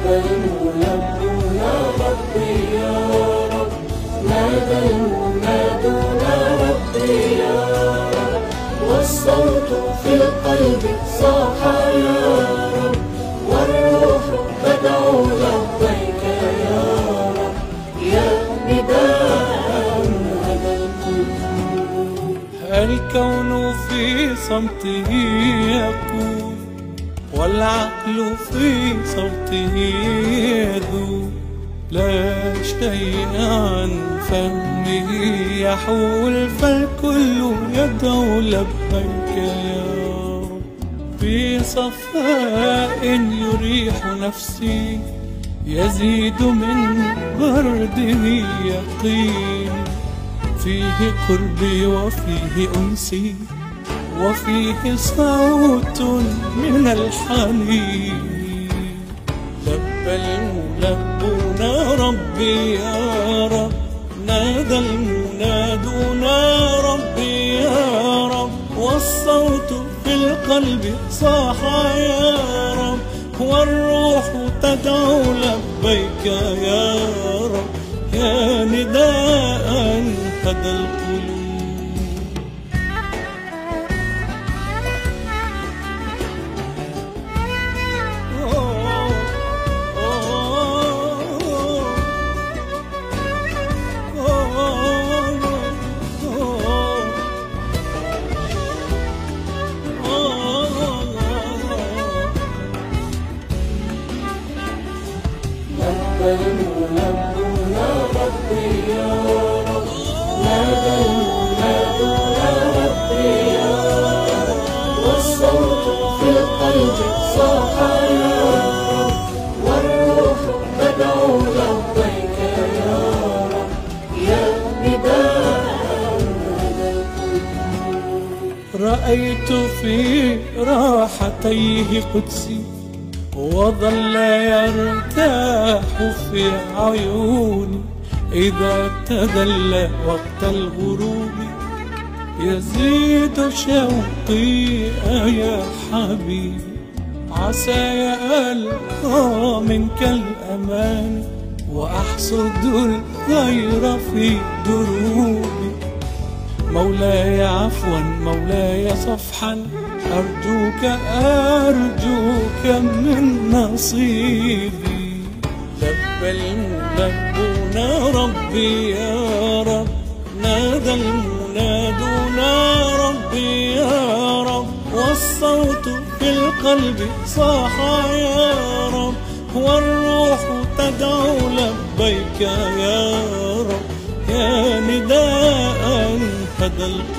المناد يا ربي يا رب، نادى المناد يا ربي يا رب، والصوت في القلب صاح يا رب، والروح تدعو لبيك يا رب، يا نداء هدى القلوب. الكون في صمته يقول، والعقل في صوته يذوب، لا شيء عن فهمه يحول، فالكل يدعو لبيك يا رب. في صفاء يريح نفسي، يزيد من برده يقين، فيه قربي وفيه أنسي، وفيه صوت من الحنين. لبى الملبون ربي يا رب، نادى المنادون ربي يا رب، والصوت في القلب صاح يا رب، والروح تدعو لبيك يا رب، يا نداء هدى القلوب. المناد يا ربي يا رب، نادى المناد يا ربي يا رب، والصوت في القلب صاح يا رب، والروح تدعو لبيك يا رب، يا نداء هدى القلوب. رأيت في راحتيه قدسي، وظل يرتاح في عيوني، إذا تدلى وقت الغروب، يزيد شوقي يا حبيبي، عسى يلقى منك الأمان، وأحصد الخير في دروبي. مولاي عفوا مولاي صفحا، أرجوك أرجوك من نصيبي. لبى الملبون ربي يا رب، نادى المنادون ربي يا رب، والصوت في القلب صاح يا رب، والروح تدعو لبيك يا رب، يا نداء هدى القلوب.